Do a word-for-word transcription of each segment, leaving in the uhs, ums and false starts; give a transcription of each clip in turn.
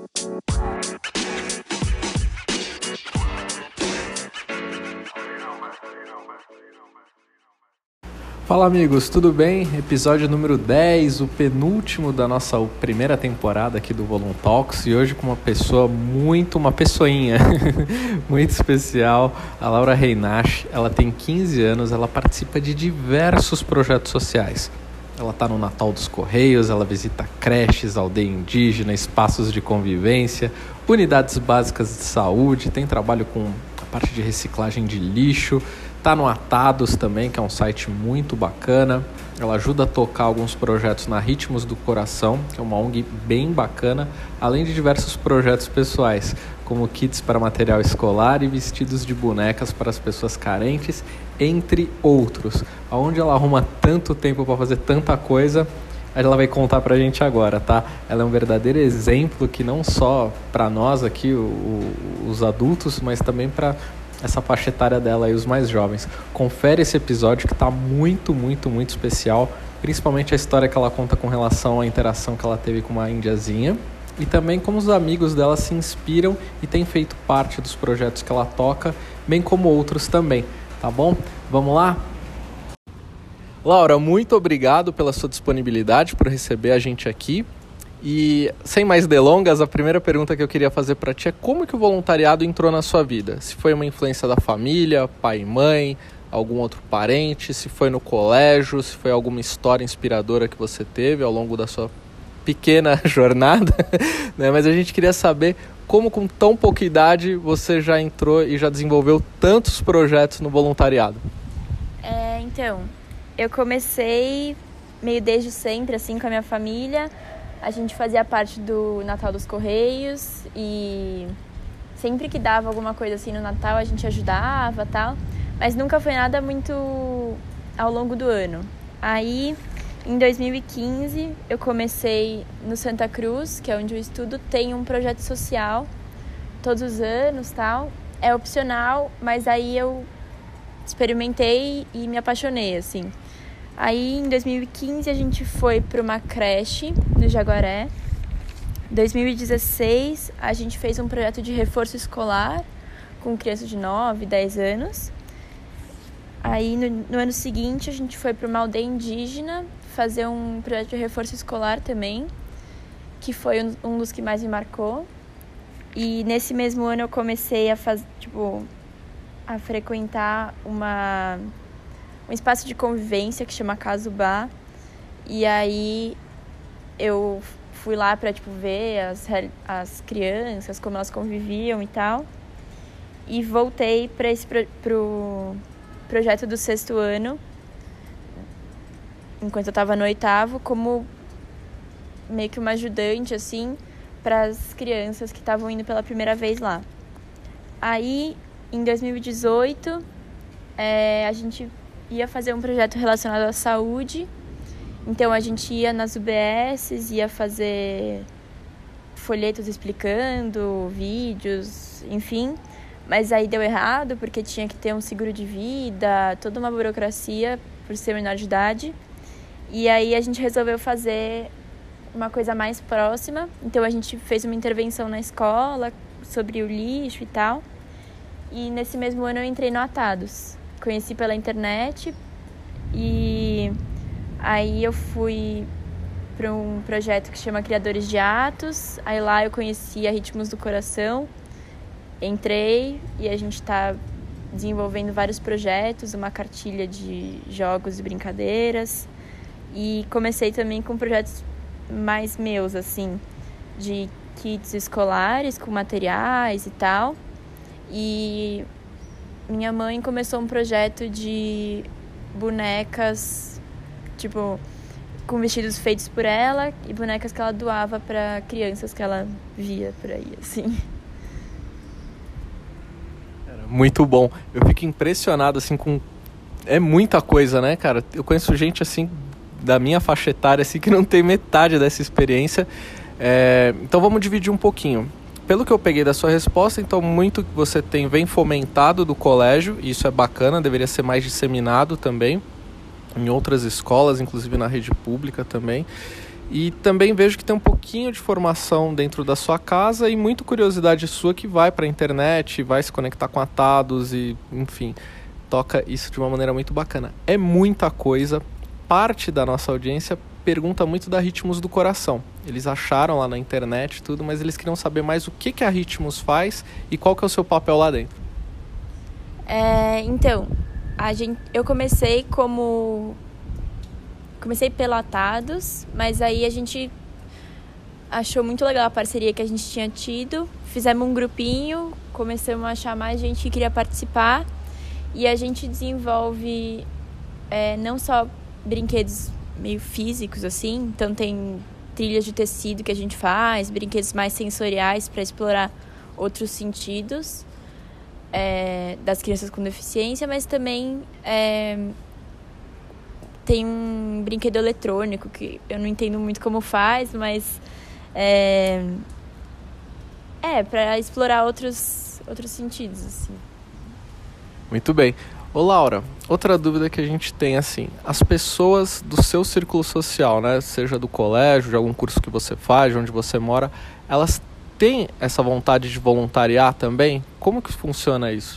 Fala amigos, tudo bem? Episódio número dez, o penúltimo da nossa primeira temporada aqui do Volum Talks, e hoje com uma pessoa muito, uma pessoinha muito especial, a Laura Reinach. Ela tem quinze anos, ela participa de diversos projetos sociais. Ela está no Natal dos Correios, ela visita creches, aldeia indígena, espaços de convivência, unidades básicas de saúde, tem trabalho com a parte de reciclagem de lixo. Está no Atados também, que é um site muito bacana. Ela ajuda a tocar alguns projetos na Ritmos do Coração, que é uma O N G bem bacana, além de diversos projetos pessoais, como kits para material escolar e vestidos de bonecas para as pessoas carentes, entre outros. Onde ela arruma tanto tempo para fazer tanta coisa, ela vai contar pra gente agora, tá? Ela é um verdadeiro exemplo que não só para nós aqui, o, o, os adultos, mas também para essa faixa etária dela e os mais jovens. Confere esse episódio que tá muito, muito, muito especial, principalmente a história que ela conta com relação à interação que ela teve com uma indiazinha e também como os amigos dela se inspiram e têm feito parte dos projetos que ela toca, bem como outros também, tá bom? Vamos lá? Laura, muito obrigado pela sua disponibilidade, por receber a gente aqui. E, sem mais delongas, a primeira pergunta que eu queria fazer para ti é como que o voluntariado entrou na sua vida? Se foi uma influência da família, pai e mãe, algum outro parente, se foi no colégio, se foi alguma história inspiradora que você teve ao longo da sua pequena jornada, né? Mas a gente queria saber como com tão pouca idade você já entrou e já desenvolveu tantos projetos no voluntariado. É, então, eu comecei meio desde sempre, assim, com a minha família. A gente fazia parte do Natal dos Correios e sempre que dava alguma coisa assim no Natal a gente ajudava e tal, mas nunca foi nada muito ao longo do ano. Aí, em dois mil e quinze, eu comecei no Santa Cruz, que é onde eu estudo, tem um projeto social todos os anos, tal. É opcional, mas aí eu experimentei e me apaixonei, assim. Aí, em dois mil e quinze, a gente foi para uma creche no Jaguaré. Em dois mil e dezesseis, a gente fez um projeto de reforço escolar com crianças de nove, dez anos. Aí, no, no ano seguinte, a gente foi para uma aldeia indígena fazer um projeto de reforço escolar também, que foi um, um dos que mais me marcou. E nesse mesmo ano eu comecei a, faz, tipo, a frequentar uma... um espaço de convivência que chama Casubá, e aí eu fui lá para tipo, ver as, as crianças, como elas conviviam e tal, e voltei para esse pro, pro projeto do sexto ano, enquanto eu estava no oitavo, como meio que uma ajudante, assim, para as crianças que estavam indo pela primeira vez lá. Aí, em dois mil e dezoito, é, a gente ia fazer um projeto relacionado à saúde, então a gente ia nas U B Ss, ia fazer folhetos explicando, vídeos, enfim, mas aí deu errado porque tinha que ter um seguro de vida, toda uma burocracia por ser menor de idade, e aí a gente resolveu fazer uma coisa mais próxima, então a gente fez uma intervenção na escola sobre o lixo e tal, e nesse mesmo ano eu entrei no Atados. Conheci pela internet e aí eu fui para um projeto que chama Criadores de Atos. Aí lá eu conheci a Ritmos do Coração, entrei e a gente está desenvolvendo vários projetos, uma cartilha de jogos e brincadeiras. E comecei também com projetos mais meus, assim, de kits escolares com materiais e tal. E minha mãe começou um projeto de bonecas, tipo, com vestidos feitos por ela e bonecas que ela doava para crianças que ela via por aí, assim. Muito bom. Eu fico impressionado, assim, com... É muita coisa, né, cara? Eu conheço gente, assim, da minha faixa etária, assim, que não tem metade dessa experiência. É... Então vamos dividir um pouquinho. Pelo que eu peguei da sua resposta, então muito que você tem vem fomentado do colégio, e isso é bacana, deveria ser mais disseminado também em outras escolas, inclusive na rede pública também. E também vejo que tem um pouquinho de formação dentro da sua casa e muita curiosidade sua que vai para a internet, vai se conectar com atados e, enfim, toca isso de uma maneira muito bacana. É muita coisa. Parte da nossa audiência pergunta muito da Ritmos do Coração. Eles acharam lá na internet e tudo, mas eles queriam saber mais o que, que a Ritmos faz e qual que é o seu papel lá dentro. É, então, a gente, eu comecei como... Comecei pelo Atados, mas aí a gente achou muito legal a parceria que a gente tinha tido. Fizemos um grupinho, começamos a achar mais gente que queria participar. E a gente desenvolve é, não só brinquedos meio físicos, assim. Então tem trilhas de tecido que a gente faz, brinquedos mais sensoriais para explorar outros sentidos é, das crianças com deficiência, mas também... É, tem um brinquedo eletrônico que eu não entendo muito como faz, mas é, é para explorar outros, outros sentidos, assim. Muito bem. Ô Laura, outra dúvida que a gente tem, assim, as pessoas do seu círculo social, né, seja do colégio, de algum curso que você faz, de onde você mora, elas têm essa vontade de voluntariar também? Como que funciona isso?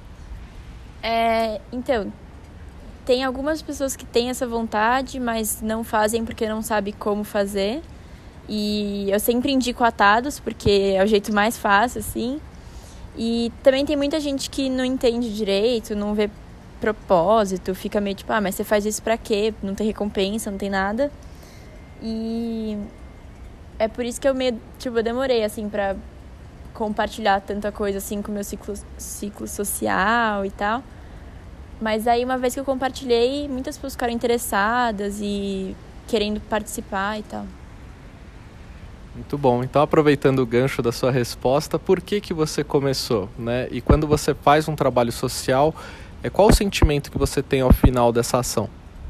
É, então... Tem algumas pessoas que têm essa vontade, mas não fazem porque não sabem como fazer. E eu sempre indico Atados, porque é o jeito mais fácil, assim. E também tem muita gente que não entende direito, não vê propósito, fica meio tipo, ah, mas você faz isso pra quê? Não tem recompensa, não tem nada. E é por isso que eu meio, tipo, eu demorei, assim, pra compartilhar tanta coisa, assim, com o meu ciclo, ciclo social e tal. Mas aí, uma vez que eu compartilhei, muitas pessoas ficaram interessadas e querendo participar e tal. Muito bom. Então, aproveitando o gancho da sua resposta, por que que você começou, né? E quando você faz um trabalho social, é, qual o sentimento que você tem ao final dessa ação?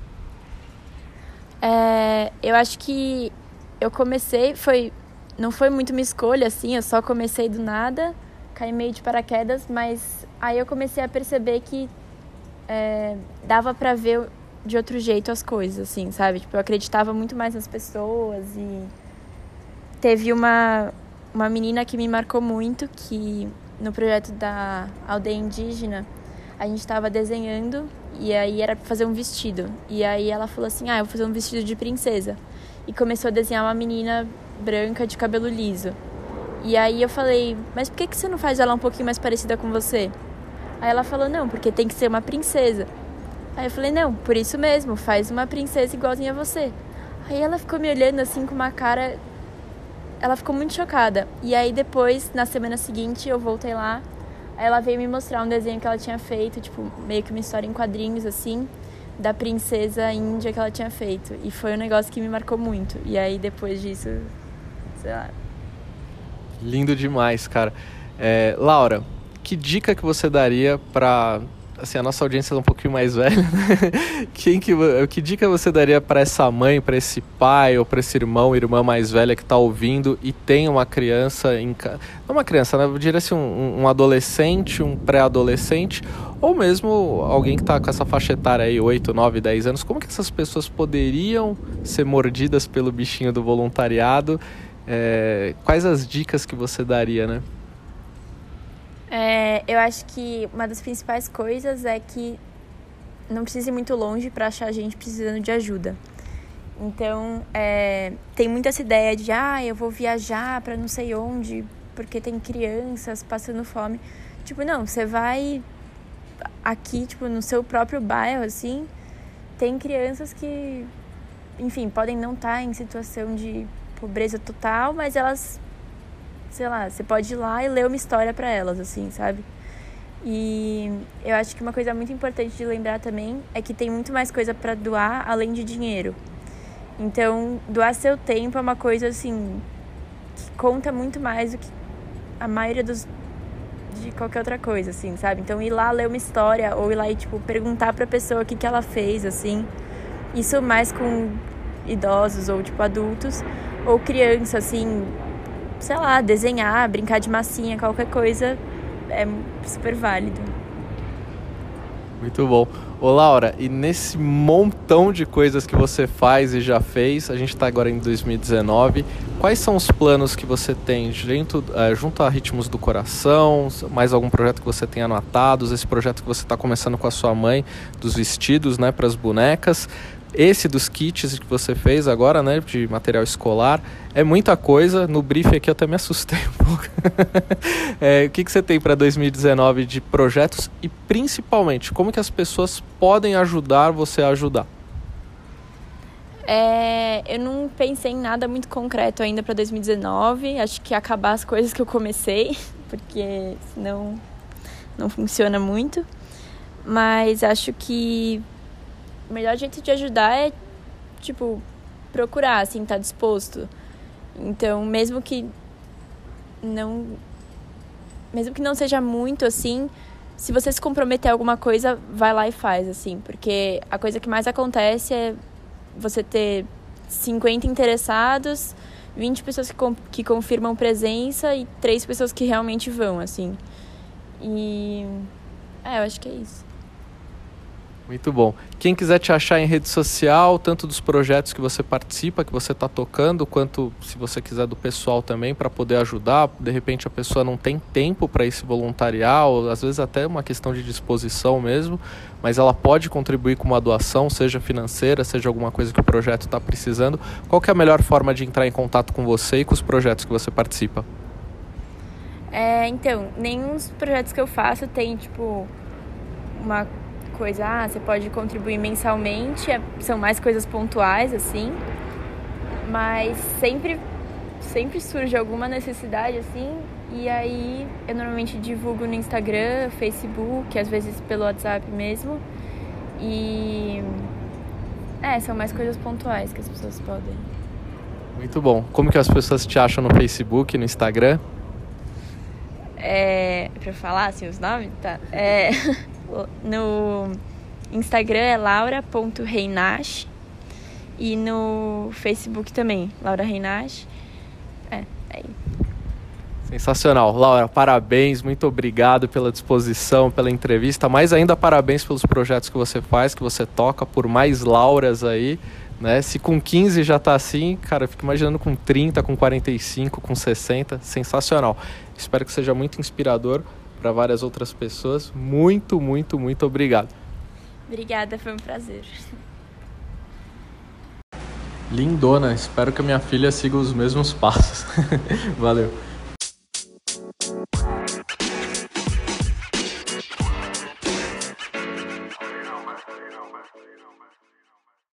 É, eu acho que eu comecei, foi, não foi muito uma escolha, assim, eu só comecei do nada, caí meio de paraquedas, mas aí eu comecei a perceber que É, dava pra ver de outro jeito as coisas, assim, sabe? Tipo, eu acreditava muito mais nas pessoas e teve uma, uma menina que me marcou muito, que no projeto da aldeia indígena a gente tava desenhando e aí era pra fazer um vestido. E aí ela falou assim, ah, eu vou fazer um vestido de princesa. E começou a desenhar uma menina branca de cabelo liso. E aí eu falei, mas por que que você não faz ela um pouquinho mais parecida com você? Aí ela falou, não, porque tem que ser uma princesa. Aí eu falei, não, por isso mesmo, faz uma princesa igualzinha a você. Aí ela ficou me olhando assim com uma cara... Ela ficou muito chocada. E aí depois, na semana seguinte, eu voltei lá. Aí ela veio me mostrar um desenho que ela tinha feito, tipo, meio que uma história em quadrinhos, assim, da princesa índia que ela tinha feito. E foi um negócio que me marcou muito. E aí depois disso, sei lá... Lindo demais, cara. É, Laura... Que dica que você daria para, assim, a nossa audiência é um pouquinho mais velha, né? Quem que, que dica você daria para essa mãe, para esse pai ou para esse irmão, irmã mais velha que está ouvindo e tem uma criança, em, não uma criança, né? Eu diria assim, um, um adolescente, um pré-adolescente ou mesmo alguém que está com essa faixa etária aí, oito, nove, dez anos. Como que essas pessoas poderiam ser mordidas pelo bichinho do voluntariado? É, quais as dicas que você daria, né? É, eu acho que uma das principais coisas é que não precisa ir muito longe para achar gente precisando de ajuda. Então, é, tem muita essa ideia de, ah, eu vou viajar para não sei onde, porque tem crianças passando fome. Tipo, não, você vai aqui, tipo, no seu próprio bairro, assim, tem crianças que, enfim, podem não estar em situação de pobreza total, mas elas... sei lá, você pode ir lá e ler uma história pra elas, assim, sabe? E eu acho que uma coisa muito importante de lembrar também é que tem muito mais coisa pra doar além de dinheiro. Então, doar seu tempo é uma coisa, assim, que conta muito mais do que a maioria dos, de qualquer outra coisa, assim, sabe? Então, ir lá ler uma história ou ir lá e, tipo, perguntar pra pessoa o que, que ela fez, assim. Isso mais com idosos ou, tipo, adultos ou criança, assim... sei lá, desenhar, brincar de massinha, qualquer coisa é super válido. Muito bom. Ô Laura, e nesse montão de coisas que você faz e já fez, a gente está agora em dois mil e dezenove, quais são os planos que você tem junto, uh, junto a Ritmos do Coração, mais algum projeto que você tenha anotados, esse projeto que você está começando com a sua mãe, dos vestidos, né, para as bonecas, esse dos kits que você fez agora, né, de material escolar, é muita coisa. No briefing aqui eu até me assustei um pouco. é, o que, que você tem para dois mil e dezenove de projetos e principalmente como que as pessoas podem ajudar você a ajudar? É, eu não pensei em nada muito concreto ainda para dois mil e dezenove. Acho que acabar as coisas que eu comecei, porque senão não funciona muito. Mas acho que o melhor jeito de ajudar é, tipo, procurar, assim, estar disposto. Então, mesmo que não... Mesmo que não seja muito, assim, se você se comprometer a alguma coisa, vai lá e faz, assim. Porque a coisa que mais acontece é você ter cinquenta interessados, vinte pessoas que, com, que confirmam presença e três pessoas que realmente vão, assim. E... é, eu acho que é isso. Muito bom. Quem quiser te achar em rede social, tanto dos projetos que você participa, que você está tocando, quanto se você quiser do pessoal também, para poder ajudar. De repente a pessoa não tem tempo para esse voluntariado, às vezes até uma questão de disposição mesmo, mas ela pode contribuir com uma doação, seja financeira, seja alguma coisa que o projeto está precisando. Qual que é a melhor forma de entrar em contato com você e com os projetos que você participa? É, então, nenhum dos projetos que eu faço tem, tipo, uma coisa, ah, você pode contribuir mensalmente, são mais coisas pontuais, assim, mas sempre, sempre surge alguma necessidade, assim, e aí eu normalmente divulgo no Instagram, Facebook, às vezes pelo WhatsApp mesmo, e é, são mais coisas pontuais que as pessoas podem. Muito bom. Como que as pessoas te acham no Facebook, no Instagram? É, pra eu falar, assim, os nomes? Tá. É... No Instagram é laura ponto reinache e no Facebook também, Laura Reinache. É, é isso. Sensacional. Laura, parabéns, muito obrigado pela disposição, pela entrevista, mais ainda parabéns pelos projetos que você faz, que você toca, por mais Lauras aí, né? Se com quinze já tá assim, cara, eu fico imaginando com trinta, com quarenta e cinco, com sessenta, sensacional. Espero que seja muito inspirador para várias outras pessoas. Muito, muito, muito obrigado. Obrigada, foi um prazer. Lindona, espero que a minha filha siga os mesmos passos. Valeu.